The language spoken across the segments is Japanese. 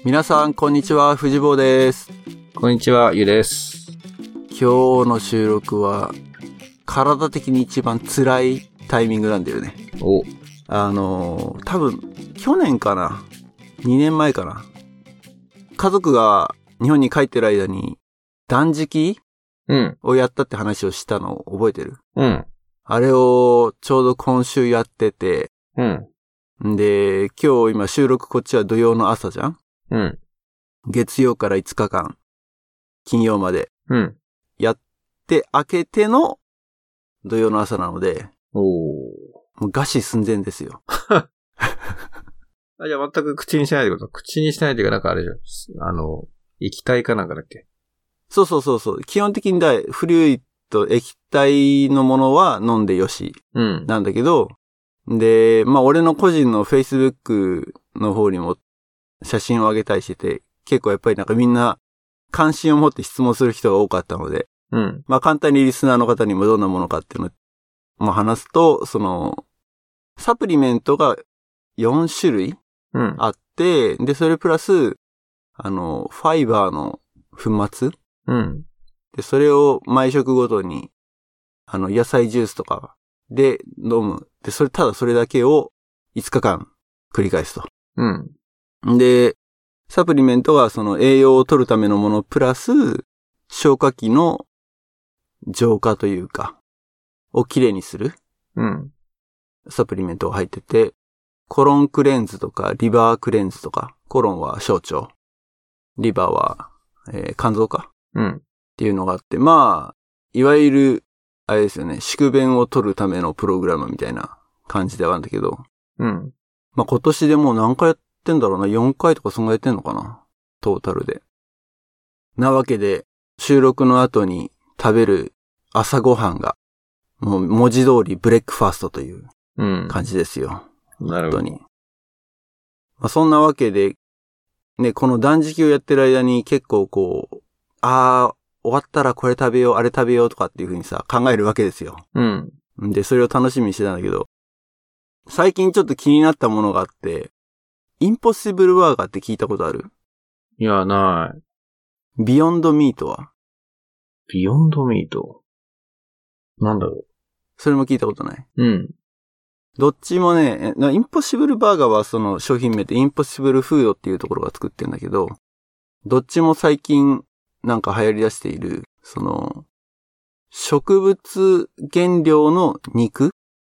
皆さんこんにちは、藤坊です。 こんにちは、ゆです。 今日の収録は体的に一番辛いタイミングなんだよね。 お、 多分去年かな、2年前かな、家族が日本に帰ってる間に断食をやったって話をしたのを覚えてる？ うん。 あれをちょうど今週やってて、 うん。 で、今日今収録こっちは土曜の朝じゃん？ うん。 月曜から5日間、金曜までやって明けての土曜の朝なので、 おー。 もう餓死寸前ですよ。 あ、じゃあ全く口にしないってこと？口にしないっていうか、なんかあれじゃん。液体かなんかだっけ？ そう。基本的にフルイと液体のものは飲んでよし。なんだけど、で、まあ俺の個人の Facebook の方にも写真を上げたりしてて、結構やっぱりなんかみんな関心を持って質問する人が多かったので、まあ簡単にリスナーの方にもどんなものかっていうのを話すと、サプリメントが4種類あって、で、それプラス、ファイバーの粉末で、それを毎食ごとに、野菜ジュースとかで飲む。で、ただそれだけを5日間繰り返すと。で、サプリメントがその栄養を取るためのものプラス、消化器の浄化というか、をきれいにする。サプリメントが入ってて、コロンクレンズとか、リバークレンズとか、コロンは小腸、リバーは、肝臓か。っていうのがあって、まあ、いわゆる、あれですよね、宿便を取るためのプログラムみたいな感じではあるんだけど、まあ今年でもう何回やってんだろうな、4回とかそんぐらいやってんのかな、トータルで。なわけで、収録の後に食べる朝ごはんが、もう文字通りブレックファーストという感じですよ。 なるほど。 本当に。まあそんなわけで、ね、この断食をやってる間に結構こう、終わったらこれ食べよう、あれ食べようとかっていう風にさ、考えるわけですよ。で、それを楽しみにしてたんだけど、最近ちょっと気になったものがあって、インポッシブルバーガーって聞いたことある？ いや、ない。 ビヨンドミートは？ ビヨンドミート。なんだろう。 それも聞いたことない。どっちもね、インポッシブルバーガーはその商品名でインポッシブルフードっていうところが作ってるんだけど、どっちも最近なんか流行り出している、植物原料の肉？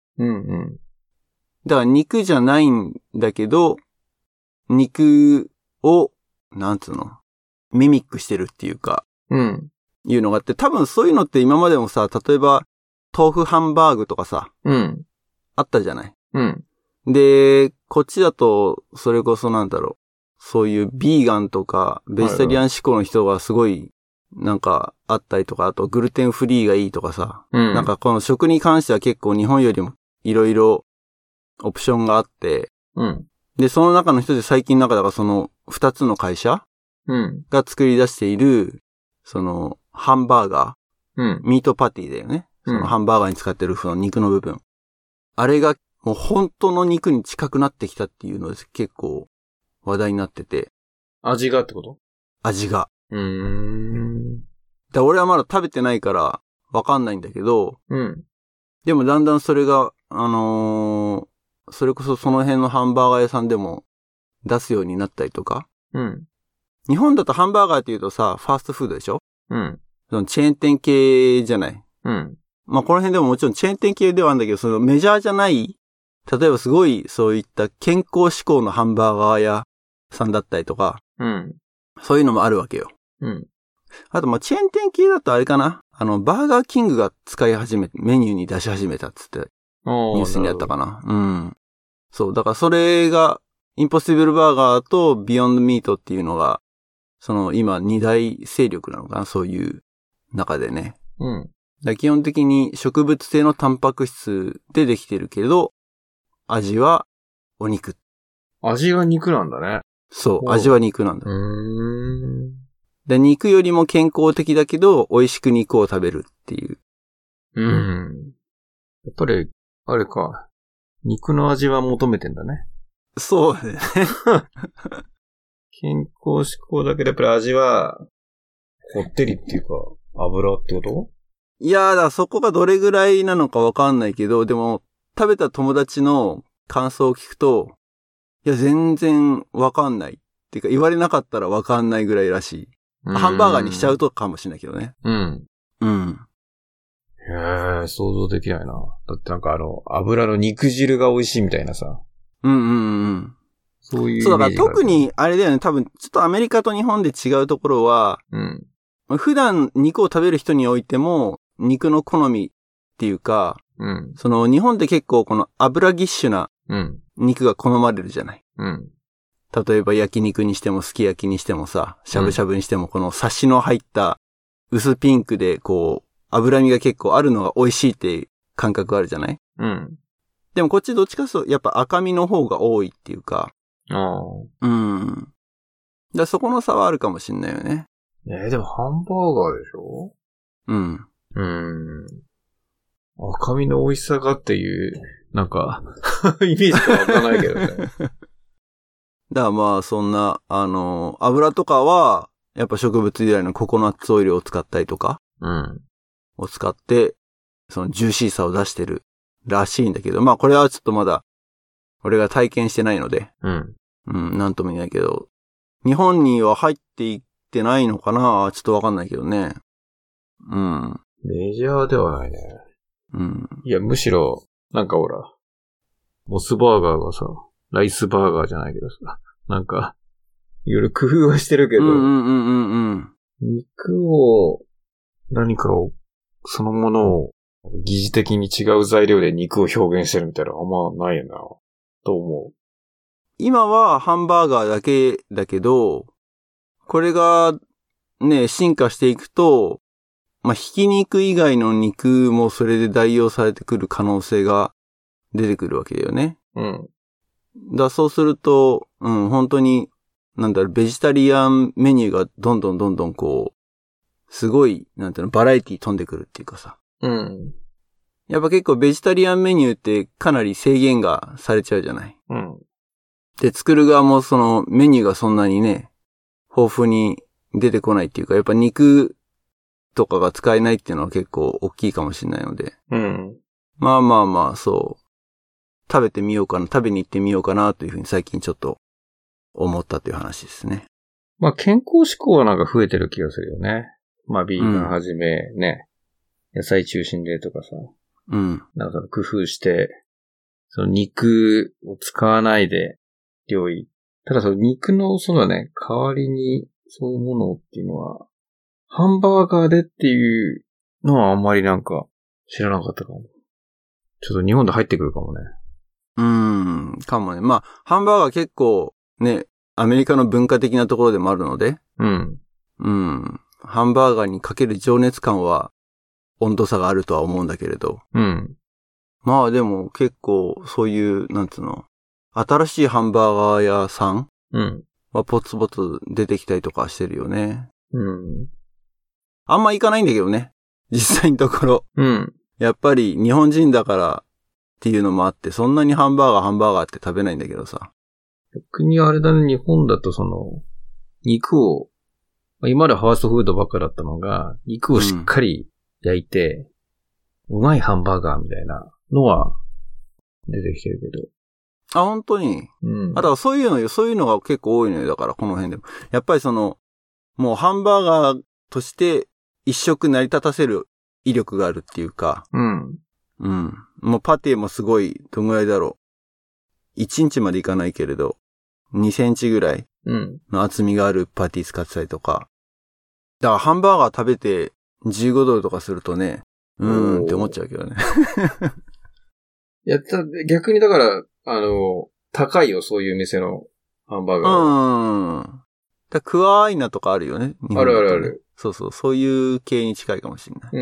だから肉じゃないんだけど、肉を、なんつうの、ミミックしてるっていうか、いうのがあって、多分そういうのって今までもさ、例えば、豆腐ハンバーグとかさ、あったじゃない。で、こっちだと、それこそなんだろう、そういうビーガンとか、ベジタリアン志向の人がすごい、なんかあったりとか、あとグルテンフリーがいいとかさ、なんかこの食に関しては結構日本よりもいろいろオプションがあって、で、その中の一つで最近だからその二つの会社が作り出している、そのハンバーガー、ミートパティだよね。そのハンバーガーに使ってるその肉の部分。あれがもう本当の肉に近くなってきたっていうので結構話題になってて。 味がってこと？ 味が。俺はまだ食べてないからわかんないんだけど、でもだんだんそれが、それこそその辺のハンバーガー屋さんでも出すようになったりとか。日本だとハンバーガーって言うとさ、ファーストフードでしょ？そのチェーン店系じゃない。まあこの辺でももちろんチェーン店系ではあるんだけど、そのメジャーじゃない、例えばすごいそういった健康志向のハンバーガー屋さんだったりとか、そういうのもあるわけよ。あとまあチェーン店系だとあれかな、バーガーキングが使い始めて、メニューに出し始めたっつって、ニュースにあったかな。そう、だからそれが、インポッシブルバーガーとビヨンドミートっていうのが、今二大勢力なのかな、そういう中でね。だ基本的に植物性のタンパク質でできてるけど、味はお肉。 味が肉なんだね。 そう、味は肉なんだ。で、肉よりも健康的だけど、美味しく肉を食べるっていう。 やっぱり、あれか。肉の味は求めてんだね。 そうだね。 健康志向だけどやっぱり味は、こってりっていうか、油ってこと？ いやー、だからそこがどれぐらいなのかわかんないけど、でも、食べた友達の感想を聞くと、いや、全然わかんない。っていうか、言われなかったらわかんないぐらいらしい。ハンバーガーにしちゃうとかもしれないけどね。 うん。 うん。 へえ、想像できないな。だってなんか油の肉汁が美味しいみたいなさ。 うんうんうん。 そういうイメージがある。 そうだから特に、あれだよね、多分、ちょっとアメリカと日本で違うところは、 うん。 普段肉を食べる人においても、肉の好みっていうか、 うん。 その日本って結構この油ぎっしゅな肉が好まれるじゃない。 うん。 例えば焼肉にしてもすき焼きにしてもさ、しゃぶしゃぶにしてもこのサシの入った薄ピンクでこう、脂身が結構あるのが美味しいっていう感覚あるじゃない？ うん。 でもこっちどっちかというとやっぱ赤身の方が多いっていうか。 ああ。 うん。だそこの差はあるかもしんないよね。 でもハンバーガーでしょ？ うん。 赤身の美味しさがっていう、なんか、イメージがわかないけどね。 だからまあそんな、油とかは、やっぱ植物由来のココナッツオイルを使ったりとか、を使って、そのジューシーさを出してるらしいんだけど、まあこれはちょっとまだ、俺が体験してないので、なんとも言えないけど、日本には入っていってないのかな？ちょっとわかんないけどね。 メジャーではないね。いや、むしろ、なんかほら、モスバーガーがさ、ライスバーガーじゃないけどさ、なんか、いろいろ工夫はしてるけど、肉を、何かを、そのものを、疑似的に違う材料で肉を表現してるみたいなのあんまないよな、と思う。 今はハンバーガーだけだけど、これがね、進化していくと、まあ、ひき肉以外の肉もそれで代用されてくる可能性が出てくるわけだよね。そうすると、本当に、ベジタリアンメニューがどんどんこう、すごい、バラエティ飛んでくるっていうかさ。やっぱ結構ベジタリアンメニューってかなり制限がされちゃうじゃない。で、作る側もそのメニューがそんなにね、豊富に出てこないっていうか、やっぱ肉とかが使えないっていうのは結構大きいかもしれないので。まあ、そう。食べに行ってみようかなというふうに最近ちょっと思ったという話ですね。 まあ健康志向はなんか増えてる気がするよね。まあビーガンはじめね、野菜中心でとかさ。なんか工夫して、その肉を使わないで料理。ただその肉のそのね、代わりにそういうものっていうのは、ハンバーガーでっていうのはあんまりなんか知らなかったかも。ちょっと日本で入ってくるかもね。 かもね。まあ、ハンバーガー結構ね、アメリカの文化的なところでもあるので。ハンバーガーにかける情熱感は温度差があるとは思うんだけれど。まあでも結構そういう、新しいハンバーガー屋さんはポツポツ出てきたりとかしてるよね。あんま行かないんだけどね。実際のところ。やっぱり日本人だからっていうのもあって、そんなにハンバーガーって食べないんだけどさ。 逆にあれだね、日本だとその、肉を、今までファーストフードばっかだったのが、肉をしっかり焼いて、うまいハンバーガーみたいなのは出てきてるけど。 あ、本当に？だからそういうのが結構多いのよ。だからこの辺でも。やっぱりその、もうハンバーガーとして一食成り立たせる威力があるっていうか。もうパティもすごい、どんぐらいだろう。1インチまでいかないけれど、2センチぐらいの厚みがあるパティ使ってたりとか。だからハンバーガー食べて15ドルとかするとね、って思っちゃうけどね。 逆にだから、高いよ、そういう店のハンバーガー。 クワアイナとかあるよね。 あるあるある。 そういう系に近いかもしれない。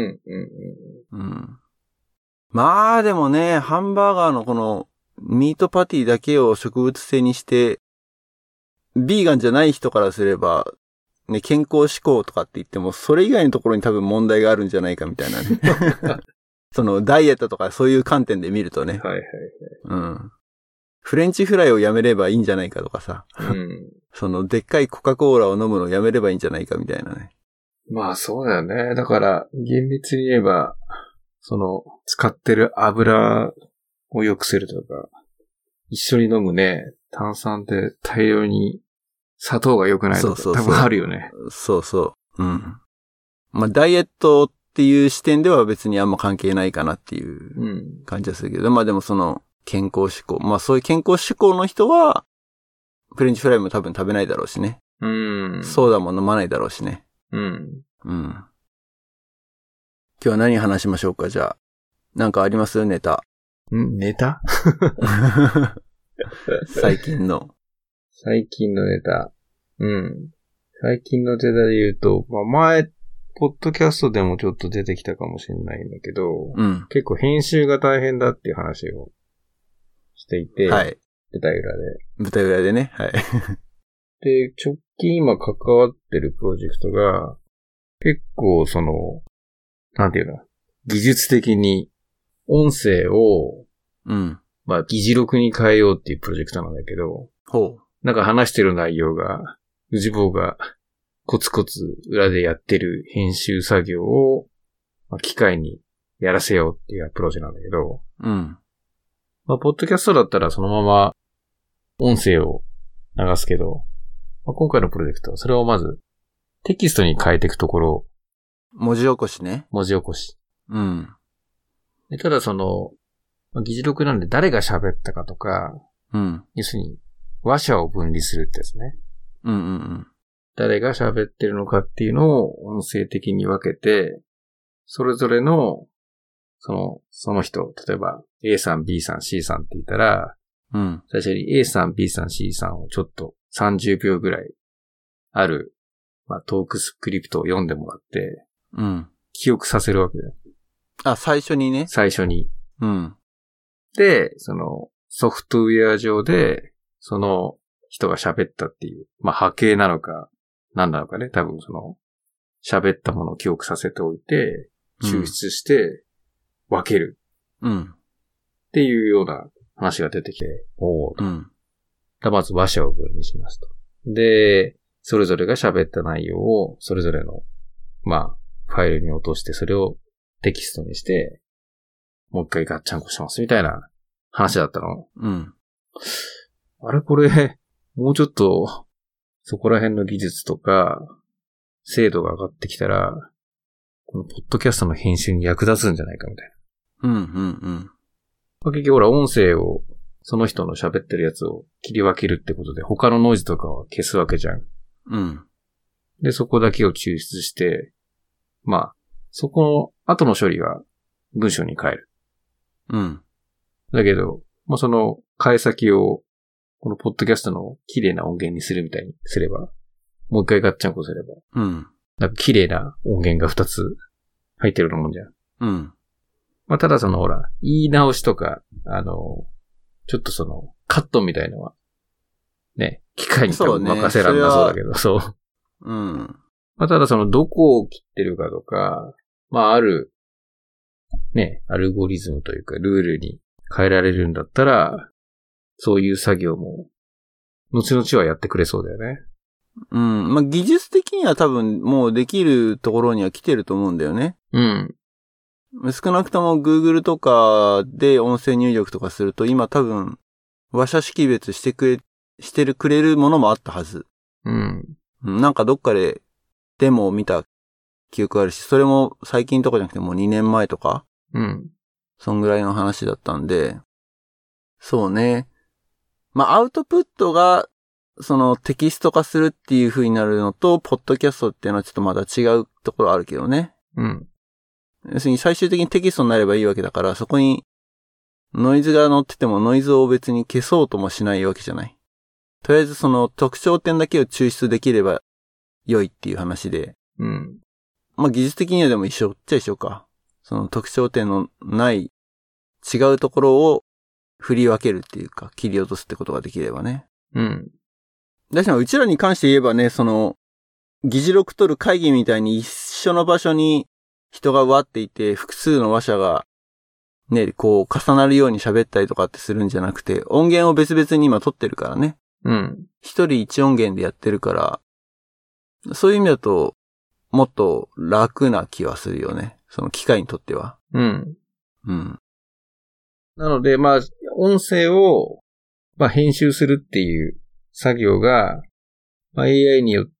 まあでもね、ハンバーガーのこのミートパティだけを植物性にして、ビーガンじゃない人からすれば、ね、健康志向とかって言っても、それ以外のところに多分問題があるんじゃないかみたいなね。そのダイエットとかそういう観点で見るとね。 フレンチフライをやめればいいんじゃないかとかさ。 うん。 その、でっかいコカ・コーラを飲むのをやめればいいんじゃないかみたいなね。 まあそうだよね。だから、厳密に言えば、その、使ってる油を良くするとか、一緒に飲むね、炭酸って大量に砂糖が良くないとか多分あるよね。 そうそう。うん。まあダイエットっていう視点では別にあんま関係ないかなっていう感じはするけど、まあでもその健康志向。まあそういう健康志向の人は、フレンチフライも多分食べないだろうしね。ソーダも飲まないだろうしね。うん。今日は何話しましょうか、じゃあ。なんかありますネタ。 ネタ最近のネタ。最近のネタで言うと、まあ前、ポッドキャストでもちょっと出てきたかもしれないんだけど、結構編集が大変だっていう話をしていて、はい。舞台裏でね、はい。で、直近今関わってるプロジェクトが、結構その、なんていうの、技術的に音声を、まあ議事録に変えようっていうプロジェクトなんだけど、なんか話してる内容が、藤坊がコツコツ裏でやってる編集作業を、まあ、機械にやらせようっていうアプローチなんだけど、まあ、ポッドキャストだったらそのまま音声を流すけど、まあ、今回のプロジェクトはそれをまずテキストに変えていくところ。 文字起こしね。 文字起こし。でただその、議事録なんで誰が喋ったかとか、要するに話者を分離するってやつね。誰が喋ってるのかっていうのを音声的に分けて、それぞれの、その人、例えば A さん、B さん、C さんって言ったら、最初に A さん、B さん、C さんをちょっと30秒ぐらいある、まあ、トークスクリプトを読んでもらって、記憶させるわけだよ。 あ、最初にね。 最初に。で、そのソフトウェア上で、その人が喋ったっていう、まあ波形なのか、何なのかね、多分その、喋ったものを記憶させておいて、抽出して、分ける。っていうような話が出てきて、まず話者を分離しますと。で、それぞれが喋った内容を、それぞれの、まあ、ファイルに落として、それをテキストにして、もう一回ガッチャンコしますみたいな話だったの。あれこれ、もうちょっと、そこら辺の技術とか、精度が上がってきたら、このポッドキャストの編集に役立つんじゃないかみたいな。結局ほら、音声を、その人の喋ってるやつを切り分けるってことで、他のノイズとかは消すわけじゃん。で、そこだけを抽出して、まあ、そこの後の処理が文章に変える。だけど、まあ、その変え先を、このポッドキャストの綺麗な音源にするみたいにすれば、もう一回ガッチャンコすれば、なんか綺麗な音源が2つ入ってると思うんじゃん。まあ、ただそのほら、言い直しとか、ちょっとその、カットみたいのは、ね、機械に多分任せらんなそうだけど、そう。まあ、ただその、どこを切ってるかとか、まあ、ある、ね、アルゴリズムというか、ルールに変えられるんだったら、そういう作業も、後々はやってくれそうだよね。 まあ、技術的には多分、もうできるところには来てると思うんだよね。少なくとも Google とかで音声入力とかすると、今多分、話者識別してくれるものもあったはず。なんかどっかでデモを見た記憶あるし、それも最近とかじゃなくてもう2年前とか。そんぐらいの話だったんで、そうね。まあ、アウトプットが、そのテキスト化するっていう風になるのと、ポッドキャストっていうのはちょっとまた違うところあるけどね。要するに最終的にテキストになればいいわけだから、そこにノイズが乗っててもノイズを別に消そうともしないわけじゃない。とりあえずその特徴点だけを抽出できれば良いっていう話で。まあ、技術的にはでも一緒っちゃ一緒か。その特徴点のない違うところを振り分けるっていうか、切り落とすってことができればね。だしうちらに関して言えばね、その、議事録取る会議みたいに一緒の場所に人がわっていて、複数の話者がね、こう重なるように喋ったりとかってするんじゃなくて、音源を別々に今撮ってるからね。 うん。 一人一音源でやってるから、そういう意味だと、もっと楽な気はするよね。その機械にとっては。 うん。 うん。 なので、まあ、音声を、まあ、編集するっていう作業が、まあ、AI によって、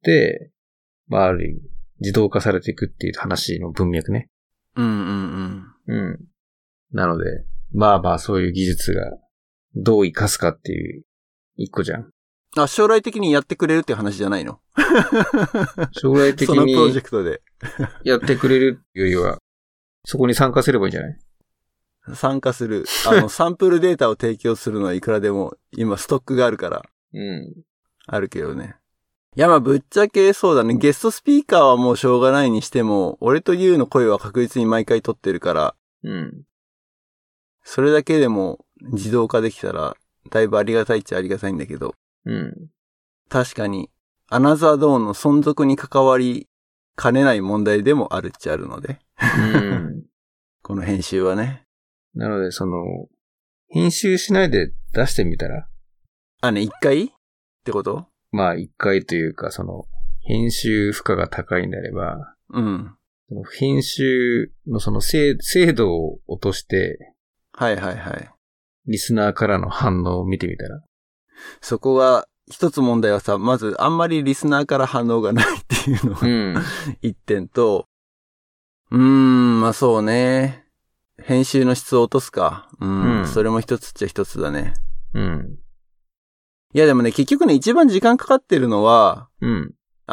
まあ、ある意味、自動化されていくっていう話の文脈ね。 うんうんうん。うん。なので、まあまあ、そういう技術が、どう活かすかっていう、一個じゃん。 あ、将来的にやってくれるって話じゃないの？ 将来的に。 そのプロジェクトで。 やってくれるよりは、そこに参加すればいいんじゃない？ 参加する。サンプルデータを提供するのはいくらでも、今ストックがあるから。 うん。 あるけどね。いや、まあ、ぶっちゃけそうだね。ゲストスピーカーはもうしょうがないにしても、俺とユウの声は確実に毎回撮ってるから。 うん。 それだけでも自動化できたら、だいぶありがたいっちゃありがたいんだけど。 うん。 確かに、アナザードーンの存続に関わりかねない問題でもあるっちゃあるので。 うん。 この編集はね。 なので、編集しないで出してみたら？ あ、ね、一回ってこと？ まあ、一回というか、編集負荷が高いんであれば、 うん。 編集の精度を落として、 はいはいはい。 リスナーからの反応を見てみたら。 そこが、一つ問題はさ、まずあんまりリスナーから反応がないっていうのが、うん、一点と、まあそうね。編集の質を落とすか。うん。それも一つっちゃ一つだね。 うん。 いやでもね、結局ね、一番時間かかってるのは、 うん。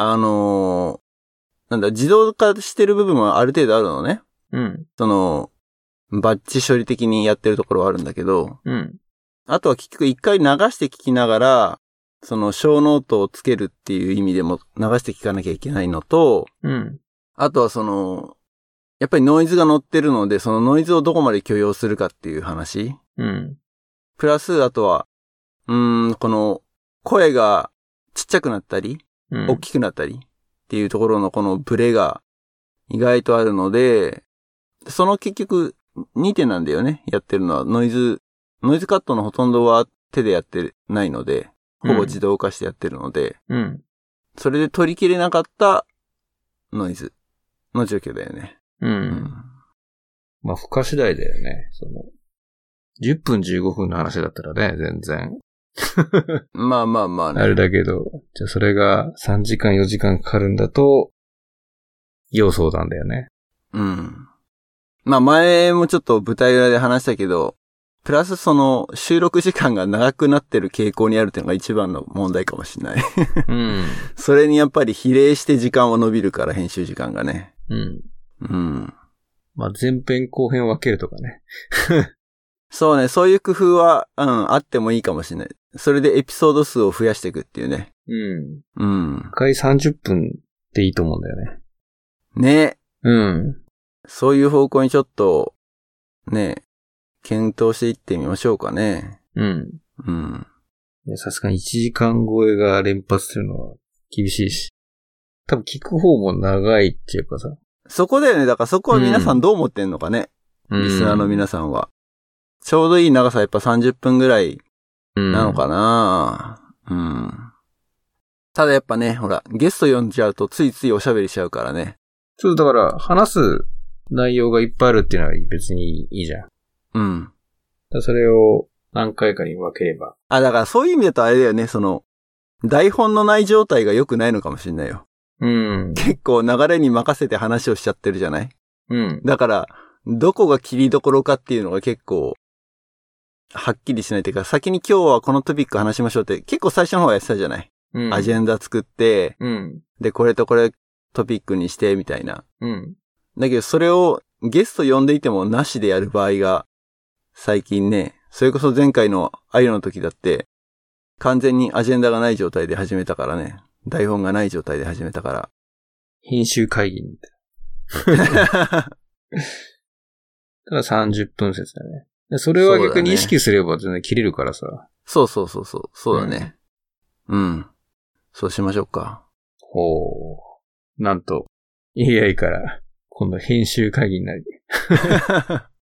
自動化してる部分はある程度あるのね。 うん。 バッチ処理的にやってるところはあるんだけど、 うん。 あとは結局一回流して聞きながら、小ノートをつけるっていう意味でも流して聞かなきゃいけないのと、 うん。 あとはやっぱりノイズが乗ってるので、そのノイズをどこまで許容するかっていう話。 うん。 プラス、あとは、この声がちっちゃくなったり、大きくなったりっていうところのこのブレが意外とあるので、その結局2点なんだよね。やってるのはノイズカットのほとんどは手でやってないので、ほぼ自動化してやってるので、 うん。 それで取り切れなかったノイズの状況だよね。 うん。まあ、負荷次第だよね。10分15分の話だったらね、全然。 まあまあまあね。 あれだけど、じゃあそれが3時間4時間かかるんだと、要相談だよね。 うん。まあ前もちょっと舞台裏で話したけど、プラス収録時間が長くなってる傾向にあるっていうのが一番の問題かもしれない。 うん。 それにやっぱり比例して時間は伸びるから、編集時間がね。 うん。 うん。 まあ前編後編を分けるとかね。 そうね、そういう工夫は、あってもいいかもしれない。それでエピソード数を増やしていくっていうね。 うん。1回30分でいいと思うんだよね。 ね。 うん。 そういう方向にちょっと、ね、検討していってみましょうかね。 うん。 うん。 さすがに1時間超えが連発するのは厳しいし。多分聞く方も長いっていうかさ。 そこだよね。だからそこは皆さんどう思ってんのかね。リスナーの皆さんは。ちょうどいい長さやっぱ30分ぐらいなのかな。うん。ただやっぱね、ほら、ゲスト呼んじゃうとついついおしゃべりしちゃうからね。 ちょっとだから話す内容がいっぱいあるっていうのは別にいいじゃん。 うん。 それを何回かに分ければ。 だからそういう意味だとあれだよね、台本のない状態が良くないのかもしれないよ。 うん。 結構流れに任せて話をしちゃってるじゃない？ うん。 だから、どこが切りどころかっていうのが結構、はっきりしないというか、先に今日はこのトピック話しましょうって結構最初の方はやってたじゃない？ うん。 アジェンダ作って、 うん。 で、これとこれトピックにしてみたいな。 うん。 だけどそれをゲスト呼んでいてもなしでやる場合が、最近ね、それこそ前回のアイロの時だって、完全にアジェンダがない状態で始めたからね。台本がない状態で始めたから。 編集会議みたいな。ただ30分説だね。それは逆に意識すれば全然切れるからさ。 そうだね。うん。そうしましょうか。 ほう。なんと、AI から今度編集会議になり。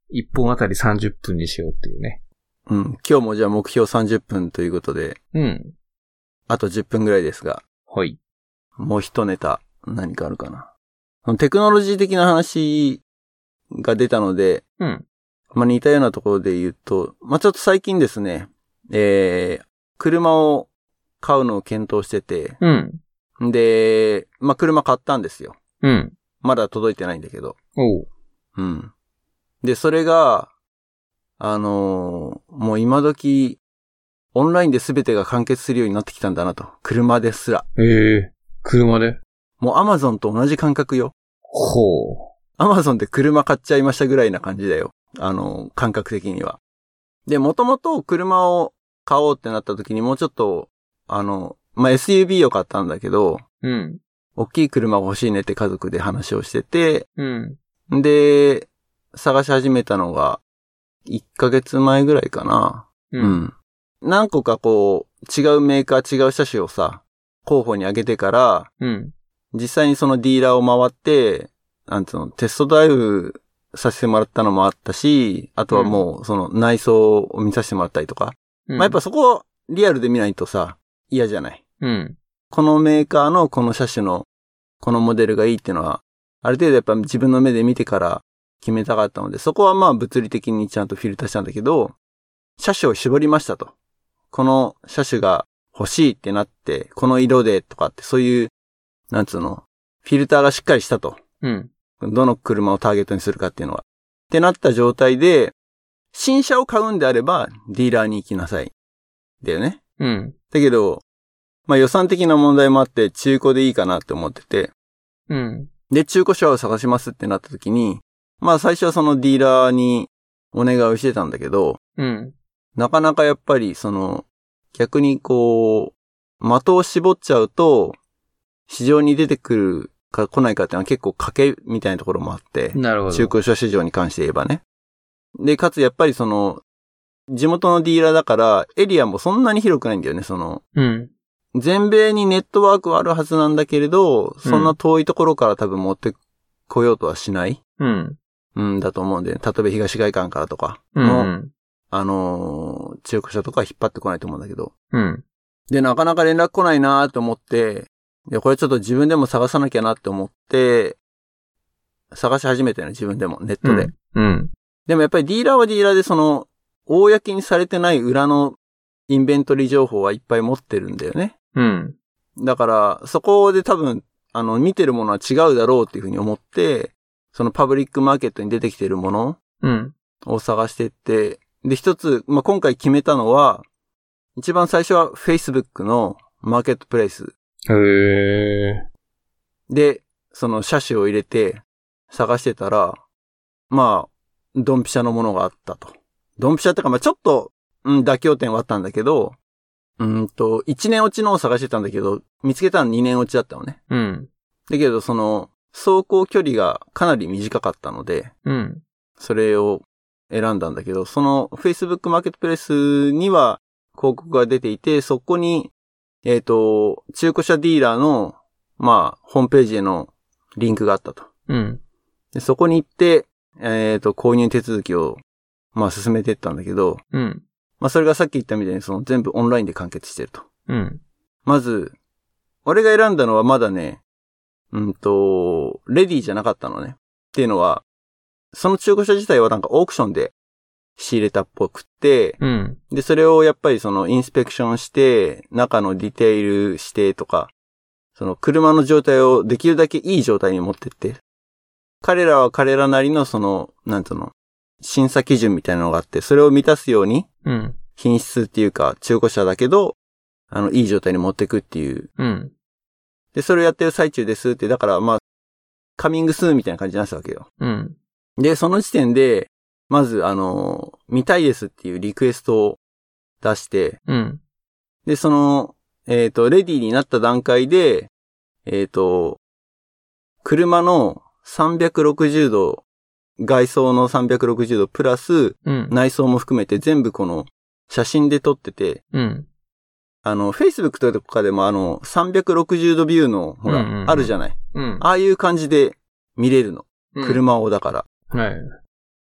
1本あたり30分にしようっていうね。 うん。今日もじゃあ目標30分ということで。 うん。 あと10分ぐらいですが。 はい。 もう一ネタ、何かあるかな。テクノロジー的な話が出たので、 うん。 まあ、似たようなところで言うと、まあ、ちょっと最近ですね、車を買うのを検討してて、 うん。 で、まあ、車買ったんですよ。 うん。 まだ届いてないんだけど。 おう。 うん。で、それが、もう今時、オンラインで全てが完結するようになってきたんだなと。車ですら。 車で？ もうアマゾンと同じ感覚よ。 ほう。 アマゾンで車買っちゃいましたぐらいな感じだよ。感覚的には。で、もともと車を買おうってなった時にもうちょっと、まあ、SUV を買ったんだけど、 うん。 大きい車が欲しいねって家族で話をしてて、 うん。 で、探し始めたのが、1ヶ月前ぐらいかな。 うん。 何個かこう、違うメーカー、違う車種をさ、候補に挙げてから、 うん。 実際にそのディーラーを回って、テストドライブさせてもらったのもあったし、あとはもうその内装を見させてもらったりとか。まあ、やっぱそこをリアルで見ないとさ、嫌じゃない。 うん。 このメーカーのこの車種のこのモデルがいいっていうのは、ある程度やっぱ自分の目で見てから決めたかったので、そこはまあ物理的にちゃんとフィルターしたんだけど、車種を絞りましたと。この車種が欲しいってなって、この色でとかってそういう、フィルターがしっかりしたと。 うん。 どの車をターゲットにするかっていうのは。ってなった状態で、新車を買うんであれば、ディーラーに行きなさい。だよね。 うん。 だけど、まあ予算的な問題もあって中古でいいかなって思ってて。 うん。 で、中古車を探しますってなった時に、まあ最初はそのディーラーにお願いをしてたんだけど、 うん。 なかなかやっぱり逆にこう、的を絞っちゃうと、市場に出てくるか来ないかっていうのは結構賭けみたいなところもあって、 なるほど。 中古車市場に関して言えばね。で、かつやっぱり地元のディーラーだからエリアもそんなに広くないんだよね、 うん。 全米にネットワークはあるはずなんだけれど、そんな遠いところから多分持ってこようとはしない。 うん。 だと思うんで、例えば東外環からとかの、 中古車とか引っ張ってこないと思うんだけど。 うん。 で、なかなか連絡来ないなと思って、いや、これちょっと自分でも探さなきゃなって思って、探し始めたよね、自分でも、ネットで。 うん。 でもやっぱりディーラーはディーラーで公にされてない裏のインベントリー情報はいっぱい持ってるんだよね。 うん。 だから、そこで多分、見てるものは違うだろうっていうふうに思って、そのパブリックマーケットに出てきてるものを探してって、で、一つ、まあ、今回決めたのは、一番最初は Facebook のマーケットプレイス。で、その車種を入れて探してたら、まあ、ドンピシャのものがあったと。ドンピシャってか、まあ、ちょっと、妥協点はあったんだけど、1年落ちのを探してたんだけど、見つけたの2年落ちだったのね。 うん。 だけど、走行距離がかなり短かったので、 うん。 それを選んだんだけど、その Facebook マーケットプレイスには広告が出ていて、そこに、中古車ディーラーの、まあ、ホームページへのリンクがあったと。 うん。 でそこに行って、購入手続きを、まあ、進めていったんだけど、 うん。 まあ、それがさっき言ったみたいに、全部オンラインで完結してると。 うん。 まず、俺が選んだのはまだね、レディーじゃなかったのね。っていうのは、その中古車自体はなんかオークションで仕入れたっぽくて、 うん。 で、それをやっぱりインスペクションして、中のディテールしてとか、車の状態をできるだけいい状態に持ってって、彼らは彼らなりの審査基準みたいなのがあって、それを満たすように、 うん。 品質っていうか、中古車だけど、いい状態に持っていくっていう。 うん。 で、それをやってる最中ですって、だからまあ、カミングスーンみたいな感じになったわけよ。 うん。 で、その時点で、まず、見たいですっていうリクエストを出して、 うん。 で、レディーになった段階で、車の360度、外装の360度プラス、 うん、 内装も含めて全部この写真で撮ってて、 うん、 Facebook とかでも360度ビューの、ほら、 うんうんうん、 あるじゃない、 うん。 ああいう感じで見れるの。車をだから。 はい。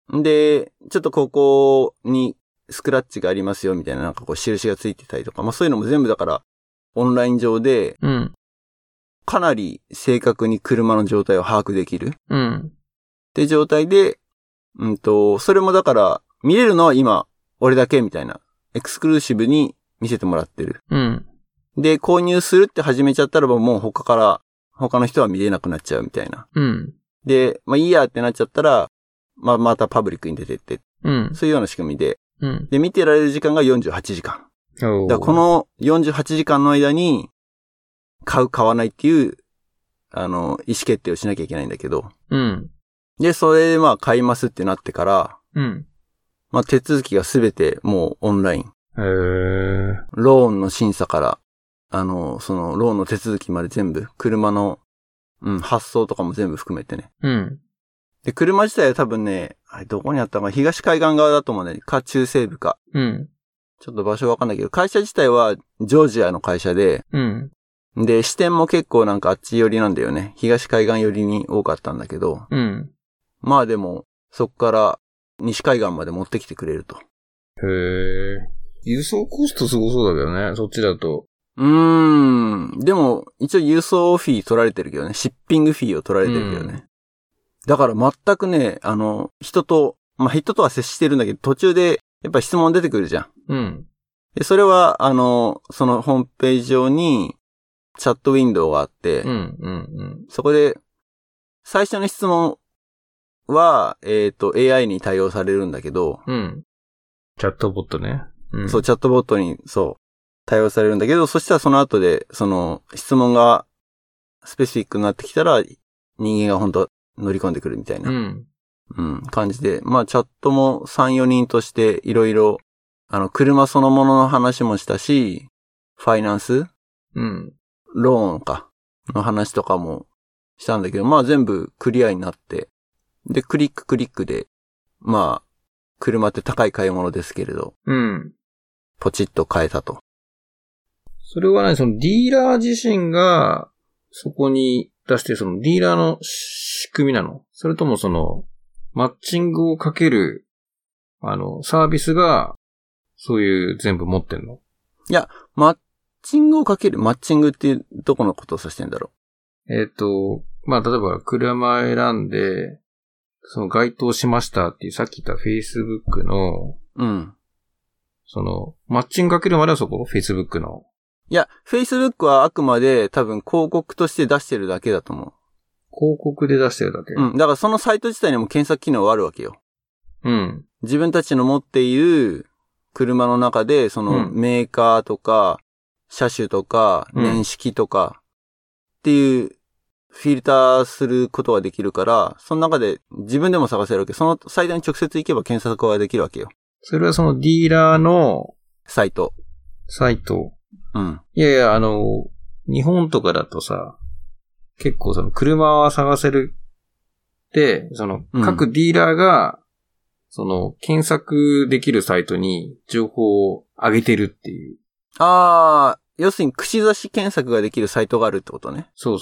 で、ちょっとここにスクラッチがありますよみたいななんかこう印がついてたりとか、まあそういうのも全部だからオンライン上で、かなり正確に車の状態を把握できる。って状態で、それもだから見れるのは今俺だけみたいな、エクスクルーシブに見せてもらってる。で、購入するって始めちゃったらもう他の人は見れなくなっちゃうみたいな。で、まあいいやってなっちゃったら、まあまたパブリックに出てって、そういうような仕組みで、で、見てられる時間が48時間。だからこの48時間の間に、買わないっていう、意思決定をしなきゃいけないんだけど、で、それでまあ買いますってなってから、まあ手続きがすべてもうオンライン。ローンの審査から、そのローンの手続きまで全部、車の、発送とかも全部含めてね。で、車自体は多分ね、どこにあったかな、東海岸側だと思うね。か中西部か。ちょっと場所わかんないけど、会社自体はジョージアの会社で、で、支店も結構なんかあっち寄りなんだよね。東海岸寄りに多かったんだけど、まあでも、そっから西海岸まで持ってきてくれると。 へー。輸送コストすごそうだけどね、そっちだと。 でも、一応輸送フィー取られてるけどね。シッピングフィーを取られてるけどね。だから全くね、人とは接してるんだけど、途中でやっぱ質問出てくるじゃん。で、それは、そのホームページ上に、チャットウィンドウがあって、そこで、最初の質問は、AI に対応されるんだけど、 チャットボットね。 そう、チャットボットに、対応されるんだけど、そしたらその後で、質問がスペシフィックになってきたら、人間が本当乗り込んでくるみたいな、感じで、まあチャットも3、4人としていろいろ、車そのものの話もしたし、ファイナンス、ローンか、の話とかもしたんだけど、まあ全部クリアになって、で、クリックで、まあ、車って高い買い物ですけれど、ポチッと買えたと。 それはね、そのディーラー自身が、そこに出して、そのディーラーの仕組みなの？それともその、マッチングをかける、サービスが、そういう全部持ってんの？ いや、マッチングをかける？マッチングってどこのことを指してんだろう？まあ、例えば車選んで、その該当しましたっていうさっき言った Facebook の、その、マッチングかけるまではそこ？ Facebook の。 いや、Facebook はあくまで多分広告として出してるだけだと思う。 広告で出してるだけ？ だからそのサイト自体にも検索機能があるわけよ。自分たちの持っている車の中で、そのメーカーとか、車種とか、年式とか、っていうフィルターすることができるから、その中で自分でも探せるわけ。そのサイトに直接行けば検索ができるわけよ。 それはそのディーラーのサイト。 いやいや、日本とかだとさ、結構その車は探せるで、その各ディーラーが、その検索できるサイトに情報を上げてるっていう。 要するに串刺し検索ができるサイトがあるってことね。 そう。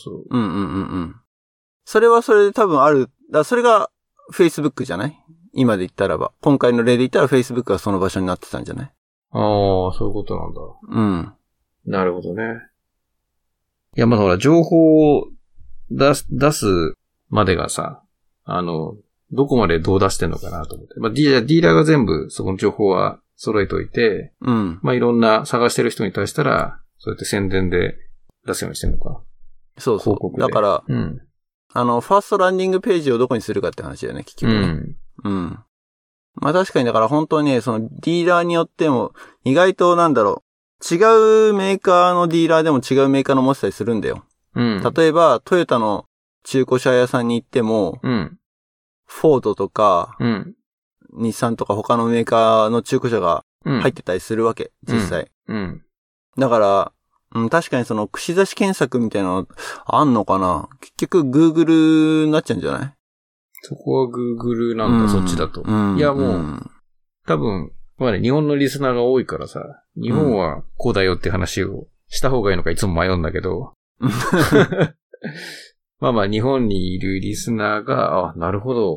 それはそれで多分ある。それが Facebook じゃない？今で言ったらば。今回の例で言ったら Facebook がその場所になってたんじゃない？ そういうことなんだ。なるほどね。いや、まだほら、情報を出すまでがさ、どこまでどう出してんのかなと思って。まあ、ディーラーが全部そこの情報は揃えといて、まあ、いろんな探してる人に対したら、そうやって宣伝で出すようにしてんのか。 そう。広告で。だから、ファーストランディングページをどこにするかって話だよね、結局ね。まあ確かにだから本当にね、そのディーラーによっても、意外と違うメーカーのディーラーでも違うメーカーの持ってたりするんだよ。例えば、トヨタの中古車屋さんに行っても、フォードとか、日産とか他のメーカーの中古車が入ってたりするわけ、実際。だから、確かにその串刺し検索みたいなのあんのかな？結局 Google になっちゃうんじゃない？ そこは Google なんだ、そっちだと。いやもう、多分、まあね、日本のリスナーが多いからさ、日本はこうだよって話をした方がいいのかいつも迷うんだけど。まあ日本にいるリスナーが、なるほど。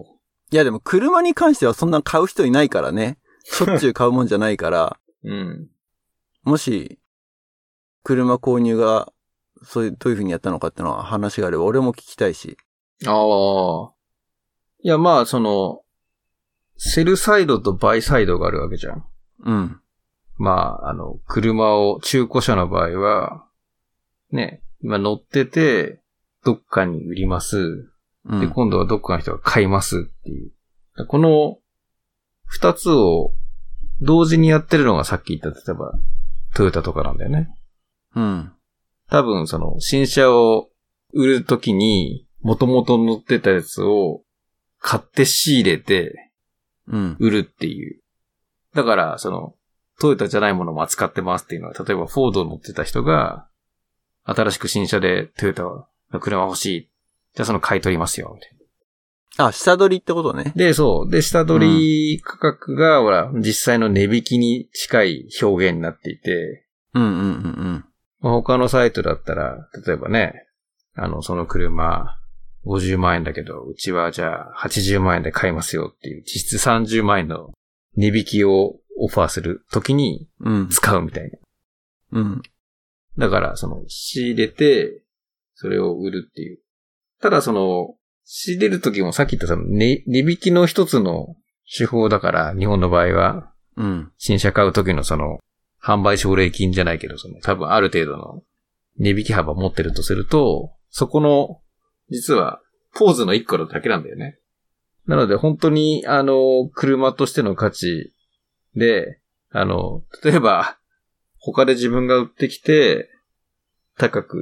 いやでも車に関してはそんな買う人いないからね。しょっちゅう買うもんじゃないから。 うん。もし、車購入が、どういう風にやったのかってのは話があれば俺も聞きたいし。 ああ。いや、まあ、セルサイドとバイサイドがあるわけじゃん。 うん。 まあ、車を、中古車の場合は、ね、今乗ってて、どっかに売ります。うん、で、今度はどっかの人が買いますっていう。この、二つを同時にやってるのがさっき言った、例えば、トヨタとかなんだよね。 うん。 多分、新車を売るときに、元々乗ってたやつを買って仕入れて、売るっていう。だから、トヨタじゃないものも扱ってますっていうのは、例えばフォード乗ってた人が、新しく新車でトヨタの車欲しい。じゃあ買い取りますよ、みたいな。あ、下取りってことね。 で、そう。で、下取り価格が、ほら、実際の値引きに近い表現になっていて、まあ、他のサイトだったら、例えばね、その車、50万円だけど、うちはじゃあ80万円で買いますよっていう、実質30万円の値引きをオファーするときに使うみたいな。うん。 だから、仕入れて、それを売るっていう。ただ仕入れるときもさっき言った値引きの一つの手法だから、日本の場合は、新車買うときの販売奨励金じゃないけど、多分ある程度の値引き幅持ってるとすると、そこの、実は、ポーズの一個だけなんだよね。なので、本当に、車としての価値で、例えば、他で自分が売ってきて、高く売って、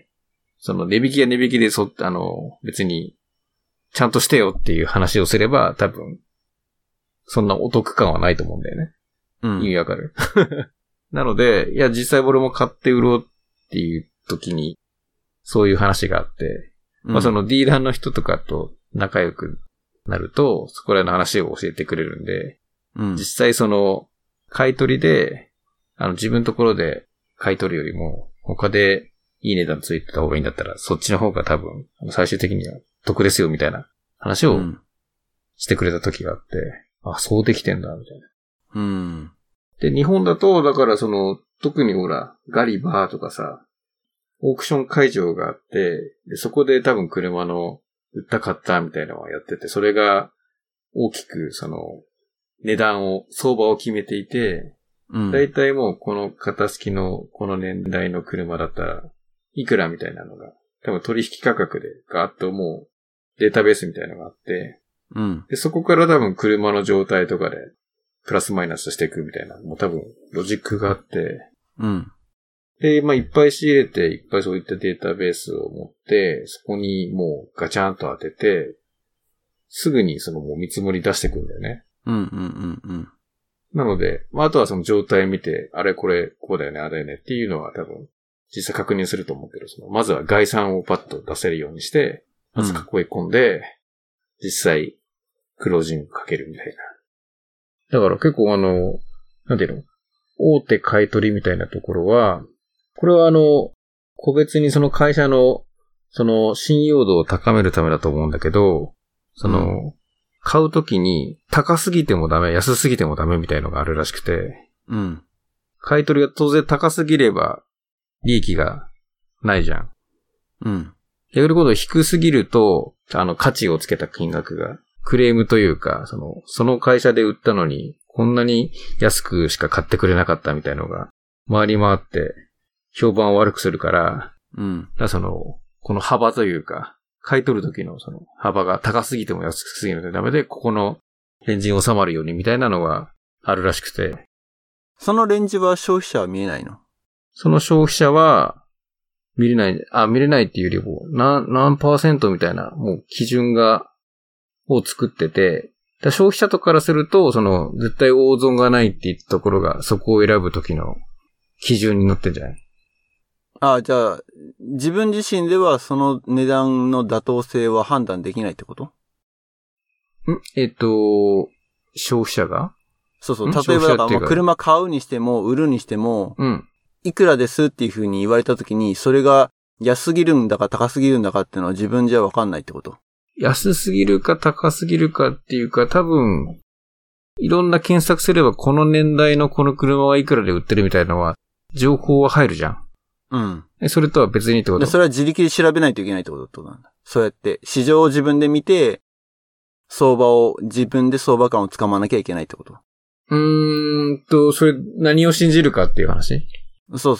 値引きが値引きで別に、ちゃんとしてよっていう話をすれば、多分、そんなお得感はないと思うんだよね。意味わかるなので、いや、実際俺も買って売ろうっていう時に、そういう話があって、まあディーラーの人とかと仲良くなると、そこらの話を教えてくれるんで、実際買い取りで、自分のところで買い取るよりも、他でいい値段ついてた方がいいんだったら、そっちの方が多分、最終的には得ですよみたいな話をしてくれた時があって、あ、そうできてんだ、みたいな。で、日本だと、だから特にほら、ガリバーとかさ、オークション会場があって、でそこで多分車の売った買ったみたいなのをやってて、それが大きく値段を、相場を決めていて、だいたいもうこの型式のこの年代の車だったら、いくらみたいなのが、多分取引価格でガーッともうデータベースみたいなのがあって、でそこから多分車の状態とかでプラスマイナスしていくみたいな、もう多分ロジックがあって、で、まあ、いっぱい仕入れて、いっぱいそういったデータベースを持って、そこにもうガチャンと当てて、すぐにもう見積もり出していくんだよね。なので、まあ、あとは状態見て、あれこれ、こうだよね、あれだよねっていうのは多分、実際確認すると思うけど、まずは概算をパッと出せるようにして、まず囲い込んで、実際、クロージングかけるみたいな。だから結構なんていうの？大手買い取りみたいなところは、これは個別に会社の、信用度を高めるためだと思うんだけど、買うときに高すぎてもダメ、安すぎてもダメみたいのがあるらしくて、買い取りが当然高すぎれば利益がないじゃん。逆にこと低すぎると、価値をつけた金額が、クレームというか、その会社で売ったのに、こんなに安くしか買ってくれなかったみたいのが、回り回って、評判を悪くするから、この幅というか、買い取る時の幅が高すぎても安すぎるのでダメで、ここのレンジに収まるようにみたいなのがあるらしくて。 そのレンジは消費者は見えないの？ その消費者は見れないっていうよりも、何%みたいな、もう基準を作ってて、消費者とからすると、絶対大損がないって言ったところが、そこを選ぶ時の基準になってんじゃない？ じゃあ、自分自身ではその値段の妥当性は判断できないってこと？ 消費者が？ そう。例えばだから車買うにしても、売るにしても、いくらですっていう風に言われたときに、それが安すぎるんだか高すぎるんだかっていうのは自分じゃわかんないってこと？ 安すぎるか高すぎるかっていうか、多分、いろんな検索すればこの年代のこの車はいくらで売ってるみたいなのは、情報は入るじゃん。うん。それとは別にってこと？ それは自力で調べないといけないってことなんだ。そうやって、市場を自分で見て、自分で相場感をつかまなきゃいけないってこと？ それ何を信じるかっていう話？ そう。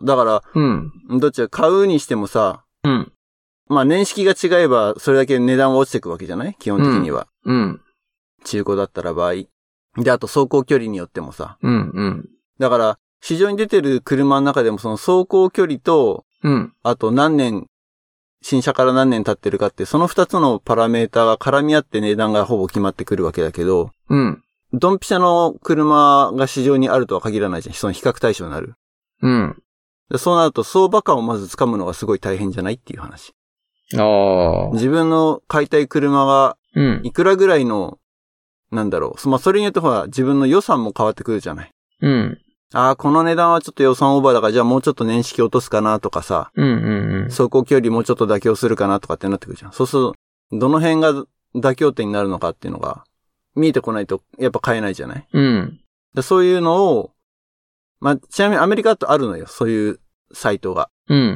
だから、どっちか買うにしてもさ、まあ年式が違えばそれだけ値段は落ちていくわけじゃない？基本的には。中古だったら場合。で、あと走行距離によってもさ。だから、市場に出てる車の中でもその走行距離と、あと新車から何年経ってるかって、その2つのパラメーターが絡み合って値段がほぼ決まってくるわけだけど、ドンピシャの車が市場にあるとは限らないじゃん。その比較対象になる。そうなると相場感をまず掴むのがすごい大変じゃないっていう話。自分の買いたい車が、いくらぐらいの、まあ、それによってほら、自分の予算も変わってくるじゃない。この値段はちょっと予算オーバーだから、じゃあもうちょっと年式落とすかなとかさ、走行距離もうちょっと妥協するかなとかってなってくるじゃん。そうすると、どの辺が妥協点になるのかっていうのが、見えてこないと、やっぱ買えないじゃない。そういうのを、まあ、ちなみにアメリカだとあるのよ、そういうサイトが。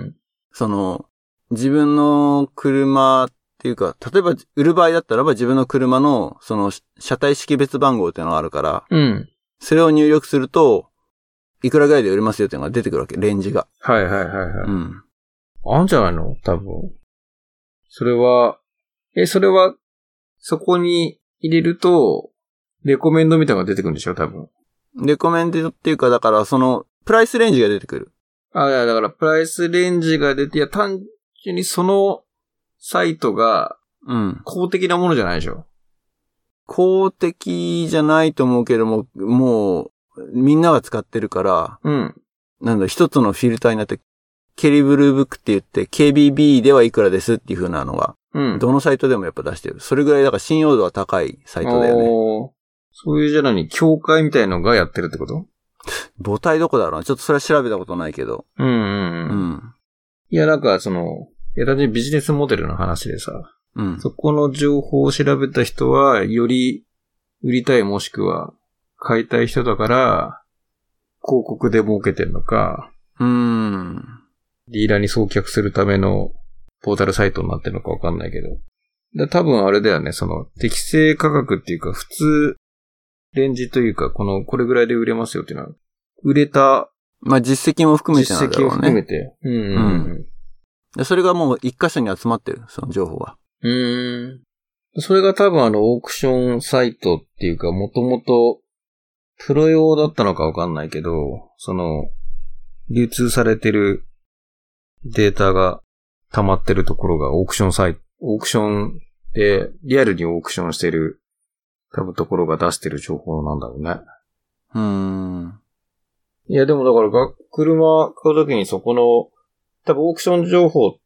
自分の車っていうか、例えば売る場合だったらば自分の車の、車体識別番号っていうのがあるから、それを入力すると、いくらぐらいで売れますよっていうのが出てくるわけ、レンジが。 はい。あんじゃないの？多分。それは、そこに入れると、レコメンドみたいなのが出てくるんでしょ？多分。 レコメンドっていうか、だから、プライスレンジが出てくる。 いや、だから、プライスレンジが出て、単純にそのサイトが、公的なものじゃないでしょ？ 公的じゃないと思うけども、もう、みんなが使ってるから、一つのフィルターになって、ケリブルーブックって言って、KBB ではいくらですっていう風なのが、どのサイトでもやっぱ出してる。それぐらいだから信用度は高いサイトだよね。 そういうじゃない協会みたいのがやってるってこと？ 母体どこだろうな。ちょっとそれは調べたことないけど。 いや、単純にビジネスモデルの話でさ、そこの情報を調べた人は、より売りたいもしくは買いたい人だから、広告で儲けてんのか、ディーラーに送客するためのポータルサイトになってるのかわかんないけど。多分あれだよね、適正価格っていうか、普通、レンジというか、これぐらいで売れますよっていうのは、売れた、 まあ実績も含めてなんだろうね。 実績を含めて。 それがもう一箇所に集まってる、その情報は。 それが多分オークションサイトっていうか、もともと、プロ用だったのかわかんないけど、流通されてるデータが溜まってるところがオークションで、リアルにオークションしてる、多分ところが出してる情報なんだろうね。いや、でもだから、車買うときにそこの、多分オークション情報って、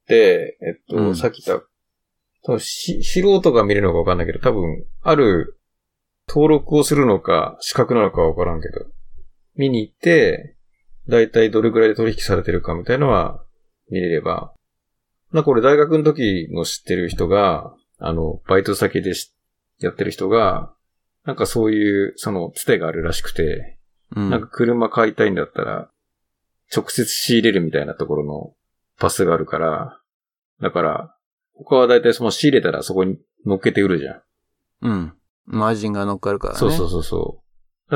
さっき言った、多分素人が見れるのかわかんないけど、多分、ある登録をするのか、資格なのかわからんけど、見に行って、だいたいどれくらいで取引されてるかみたいのは見れれば、これ大学の時の知ってる人が、バイト先でやってる人が、そういう、つてがあるらしくて、車買いたいんだったら、直接仕入れるみたいなところのパスがあるから、だから、他はだいたい仕入れたらそこに乗っけて売るじゃん。マージンが乗っかるからね。 そう。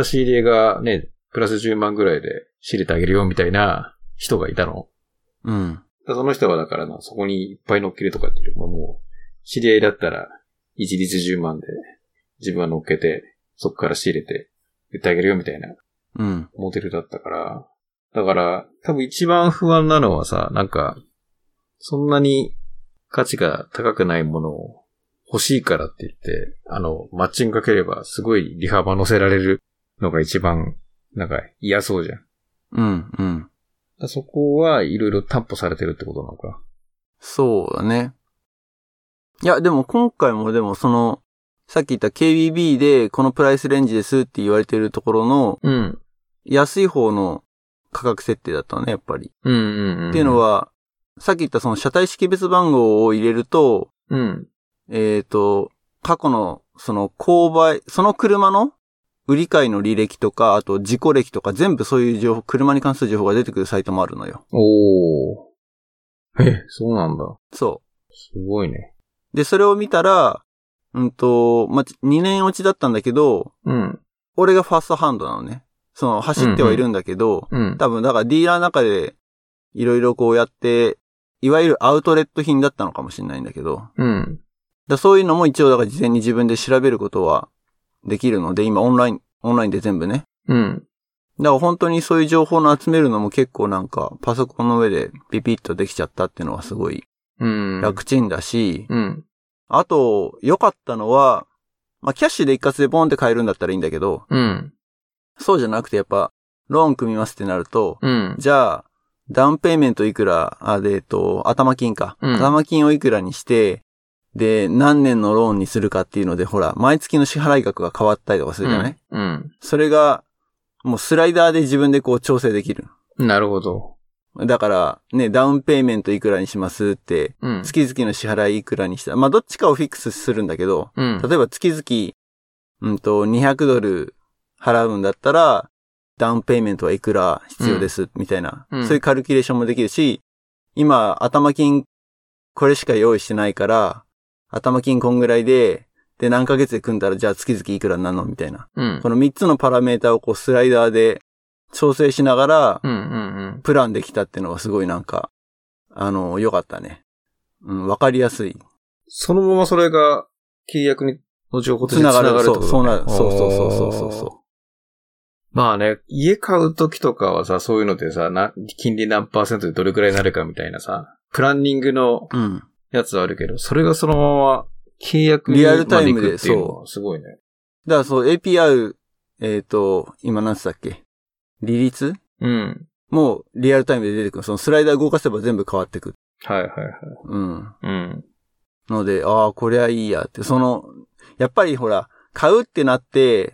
仕入れがね、プラス10万ぐらいで仕入れてあげるよみたいな人がいたの。その人はだからそこにいっぱい乗っけるとかっていうよりももう、知り合いだったら一律10万で自分は乗っけて、そこから仕入れて売ってあげるよみたいな、モデルだったから、だから多分一番不安なのはさ、そんなに価値が高くないものを欲しいからって言って、マッチングかければすごい利幅乗せられるのが一番、嫌そうじゃん。そこはいろいろ担保されてるってことなのか。 そうだね。いや、でも今回もさっき言った KBB でこのプライスレンジですって言われてるところの、安い方の価格設定だったのね、やっぱり。っていうのは、さっき言った車体識別番号を入れると、 過去の、その購買、その車の売り買いの履歴とか、あと事故歴とか全部そういう情報、車に関する情報が出てくるサイトもあるのよ。 おー。そうなんだ。 そう。 すごいね。 で、それを見たら、2年落ちだったんだけど、 うん。 俺がファーストハンドなのね。その、走ってはいるんだけど、多分、だからディーラーの中で、いろいろこうやって、いわゆるアウトレット品だったのかもしれないんだけど、そういうのも一応、だから事前に自分で調べることはできるので、今オンラインで全部ね。だから本当にそういう情報の集めるのも結構なんか、パソコンの上でピピッとできちゃったっていうのはすごい、楽ちんだし、あと、良かったのは、キャッシュで一括でボンって買えるんだったらいいんだけど、そうじゃなくてやっぱ、ローン組みますってなると、じゃあ、ダウンペイメントいくら、頭金か。頭金をいくらにして、で、何年のローンにするかっていうので、ほら、毎月の支払い額が変わったりとかするじゃない？それが、もうスライダーで自分でこう調整できる。 なるほど。 だから、ね、ダウンペイメントいくらにしますって、月々の支払いいくらにしたら、どっちかをフィックスするんだけど、例えば月々、200ドル払うんだったら、ダウンペイメントはいくら必要です、みたいな、そういうカルキュレーションもできるし、今、頭金これしか用意してないから、頭金こんぐらいで、何ヶ月で組んだらじゃあ月々いくらになるのみたいな。この3つのパラメータをこうスライダーで調整しながら、プランできたっていうのがすごいなんか、良かったね。わかりやすい。 そのままそれが契約の情報として繋がるってことね。そう。まあね、家買うときとかはさ、そういうのでさ、金利何%でどれくらいになるかみたいなさ、プランニングのやつはあるけど、それがそのまま契約にリアルタイムで、 そう。すごいね。 だからそう、APR、今何つったっけ？利率？もうリアルタイムで出てくる。そのスライダー動かせば全部変わってくる。 はい。 ので、こりゃいいやって、やっぱりほら、買うってなって、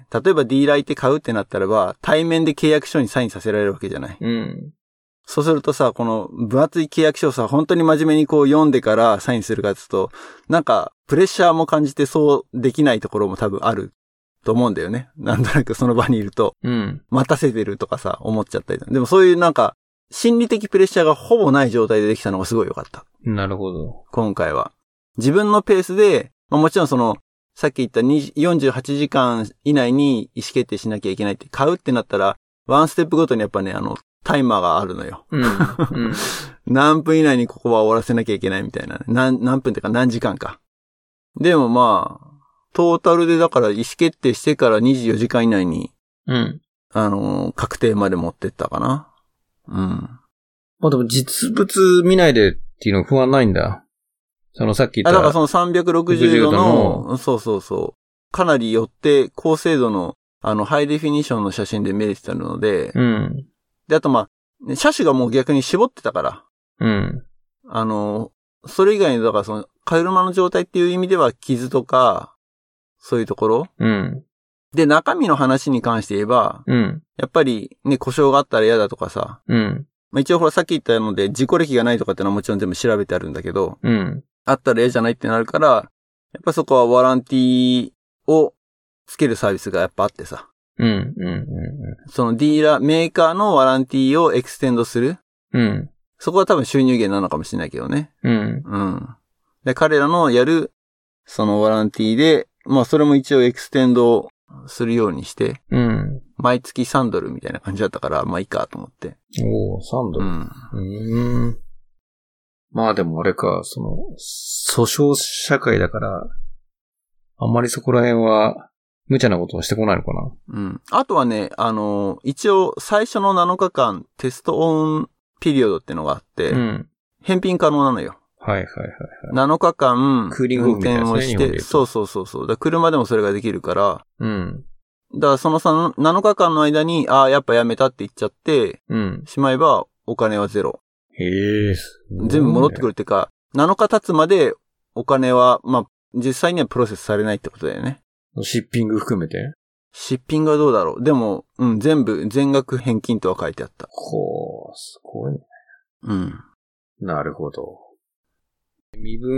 例えばディーラー行って買うってなったらば、対面で契約書にサインさせられるわけじゃない。そうするとさ、この分厚い契約書をさ、本当に真面目にこう読んでからサインするかって言うと、なんか、プレッシャーも感じてそうできないところも多分あると思うんだよね。なんとなくその場にいると、待たせてるとかさ、思っちゃったり。でもそういうなんか、心理的プレッシャーがほぼない状態でできたのがすごい良かった。 なるほど。 今回は。自分のペースで、もちろんさっき言った48時間以内に意思決定しなきゃいけないって買うってなったら、ワンステップごとにやっぱね、タイマーがあるのよ。何分以内にここは終わらせなきゃいけないみたいな。何分ってか何時間か。でもトータルでだから意思決定してから24時間以内に、確定まで持ってったかな。 でも実物見ないでっていうの不安ないんだ。さっき言った。 だからその360度の、そう。かなり寄って高精度の、ハイデフィニッションの写真で見れてたので、で、あと車種がもう逆に絞ってたから、それ以外に、だから車の状態っていう意味では傷とか、そういうところ、で、中身の話に関して言えば、やっぱりね、故障があったら嫌だとかさ、一応ほらさっき言ったので、事故歴がないとかってのはもちろん全部調べてあるんだけど、あったら嫌じゃないってなるから、やっぱそこはワランティをつけるサービスがやっぱあってさ。そのディーラー、メーカーのワランティをエクステンドする。そこは多分収入源なのかもしれないけどね。で、彼らのやる、そのワランティで、それも一応エクステンドするようにして、毎月3ドルみたいな感じだったから、いいかと思って。 3ドル。でもあれか、訴訟社会だから、あんまりそこら辺は、無茶なことはしてこないのかな。 あとはね、一応最初の7日間テストオンピリオドってのがあって、返品可能なのよ。7日間、運転をして、そう。だ車でもそれができるから、だからその7日間の間に、やっぱやめたって言っちゃって、しまえばお金はゼロ。全部戻ってくるっていうか、7日経つまでお金は、実際にはプロセスされないってことだよね。 シッピング含めて？ シッピングはどうだろう。でも、全額返金とは書いてあった。 すごいね。なるほど。身分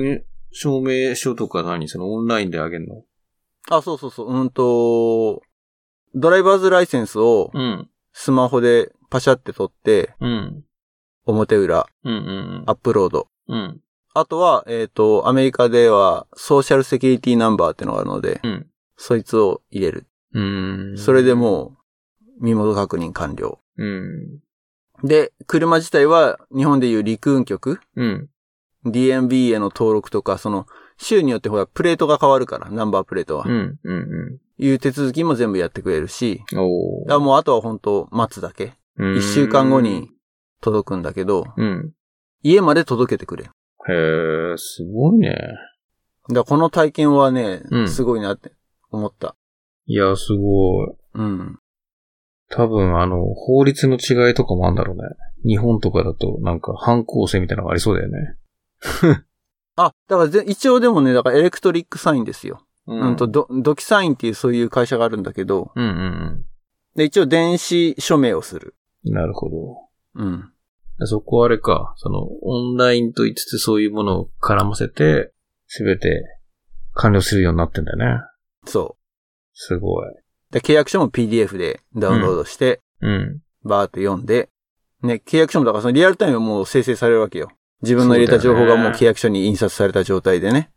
証明書とかそのオンラインであげるの？ あ、そうそうそう。ドライバーズライセンスを、スマホでパシャって撮って、表裏、アップロード。あとは、アメリカでは、ソーシャルセキュリティナンバーってのがあるので、そいつを入れる。それでもう、身元確認完了。で、車自体は、日本でいう陸運局、DMV への登録とか、その、州によってほら、プレートが変わるから、ナンバープレートは。いう手続きも全部やってくれるし、だからもうあとは本当待つだけ。1週間後に届くんだけど、家まで届けてくれる。 へー、すごいね。 だからこの体験はね、すごいなって思った。 いや、すごい。多分法律の違いとかもあるんだろうね。日本とかだとなんか反抗性みたいなのがありそうだよね。 あ、だから一応でもね、だからエレクトリックサインですよ。ドキサインっていうそういう会社があるんだけど、で、一応電子署名をする。 なるほど。そこはあれか、その、オンラインと言いつつそういうものを絡ませて、すべて完了するようになってんだよね。 そう。 すごい。 で、契約書も PDF でダウンロードして、バーって読んで、ね、契約書もだからそのリアルタイムもう生成されるわけよ。自分の入れた情報がもう契約書に印刷された状態でね。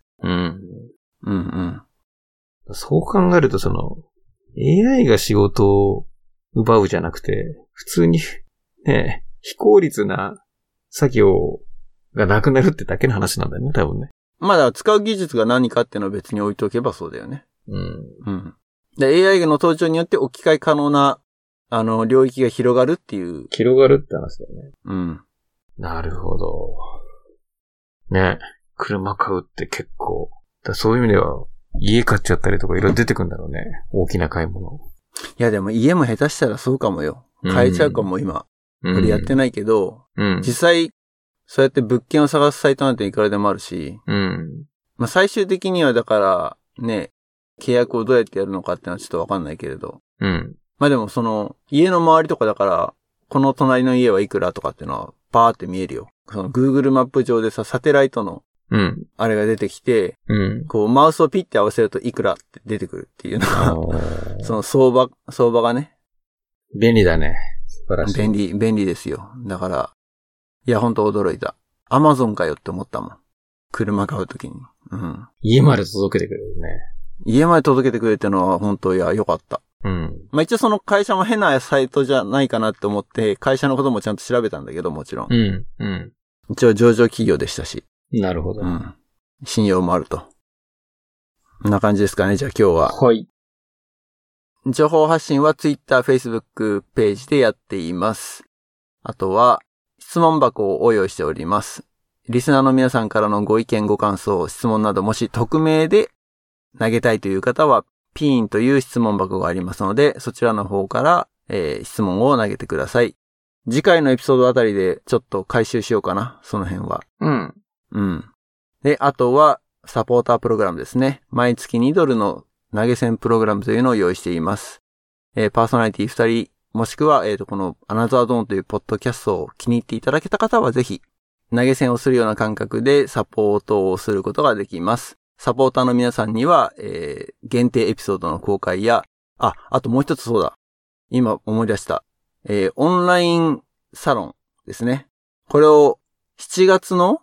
そう考えるとその、AI が仕事を奪うじゃなくて、普通に、ね、非効率な作業がなくなるってだけの話なんだよね、多分ね。 まあだから使う技術が何かっていうのを別に置いておけばそうだよね。で、AI の登場によって置き換え可能な、領域が広がるっていう。 広がるって話だよね。なるほど。ね、車買うって結構、そういう意味では、家買っちゃったりとかいろいろ出てくるんだろうね。大きな買い物。 いやでも家も下手したらそうかもよ。買えちゃうかも今。俺やってないけど、実際、そうやって物件を探すサイトなんていくらでもあるし、まあ最終的にはだから、ね、契約をどうやってやるのかってのはちょっとわかんないけれど。まあでもその、家の周りとかだから、この隣の家はいくらとかっていうのは、パーって見えるよ。その Google マップ上でさ、サテライトの、あれが出てきて、こう、マウスをピッて合わせるといくらって出てくるっていうのが、その相場がね。 便利だね。素晴らしい。 便利ですよ。だから、いや、ほんと驚いた。Amazon かよって思ったもん。車買うときに。 家まで届けてくれるね。 家まで届けてくれってのは本当、いや、良かった。まあ一応その会社も変なサイトじゃないかなって思って、会社のこともちゃんと調べたんだけど、もちろん。一応上場企業でしたし。 なるほど。 信用もあると。こんな感じですかね、じゃあ今日は。 はい。 情報発信は Twitter、Facebook ページでやっています。あとは、質問箱を用意しております。リスナーの皆さんからのご意見、ご感想、質問などもし匿名で投げたいという方は、ピーンという質問箱がありますので、そちらの方から、質問を投げてください。次回のエピソードあたりでちょっと回収しようかな、その辺は。で、あとは、サポータープログラムですね。毎月2ドルの投げ銭プログラムというのを用意しています。パーソナリティ2人、もしくは、このアナザードーンというポッドキャストを気に入っていただけた方はぜひ、投げ銭をするような感覚でサポートをすることができます。サポーターの皆さんには、限定エピソードの公開や、あともう一つそうだ。今思い出した。オンラインサロンですね。これを7月の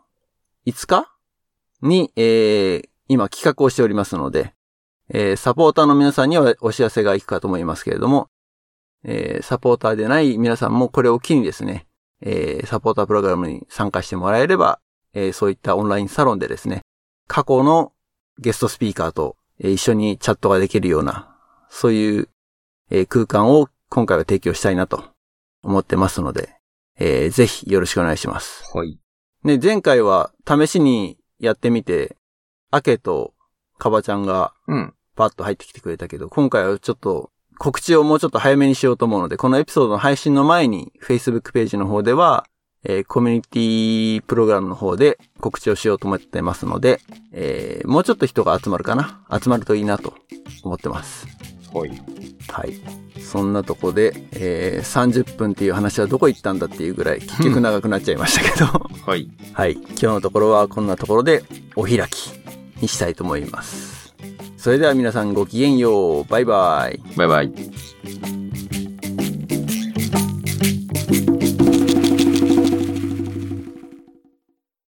5日に、今企画をしておりますので、サポーターの皆さんにはお知らせがいくかと思いますけれども、サポーターでない皆さんもこれを機にですね、サポータープログラムに参加してもらえれば、そういったオンラインサロンでですね、過去のゲストスピーカーと一緒にチャットができるような、そういう空間を今回は提供したいなと思ってますので、ぜひよろしくお願いします。 はい。 ね、前回は試しにやってみて、アケとカバちゃんがパッと入ってきてくれたけど、今回はちょっと告知をもうちょっと早めにしようと思うので、このエピソードの配信の前に Facebook ページの方では、コミュニティプログラムの方で告知をしようと思ってますので、もうちょっと人が集まるかな。集まるといいなと思ってます。 はい。 はい。そんなとこで、30分っていう話はどこ行ったんだっていうぐらい結局長くなっちゃいましたけど。 はい。 はい。今日のところはこんなところでお開き。 にしたいと思います。それでは皆さんごきげんよう。バイバイ。 バイバイ。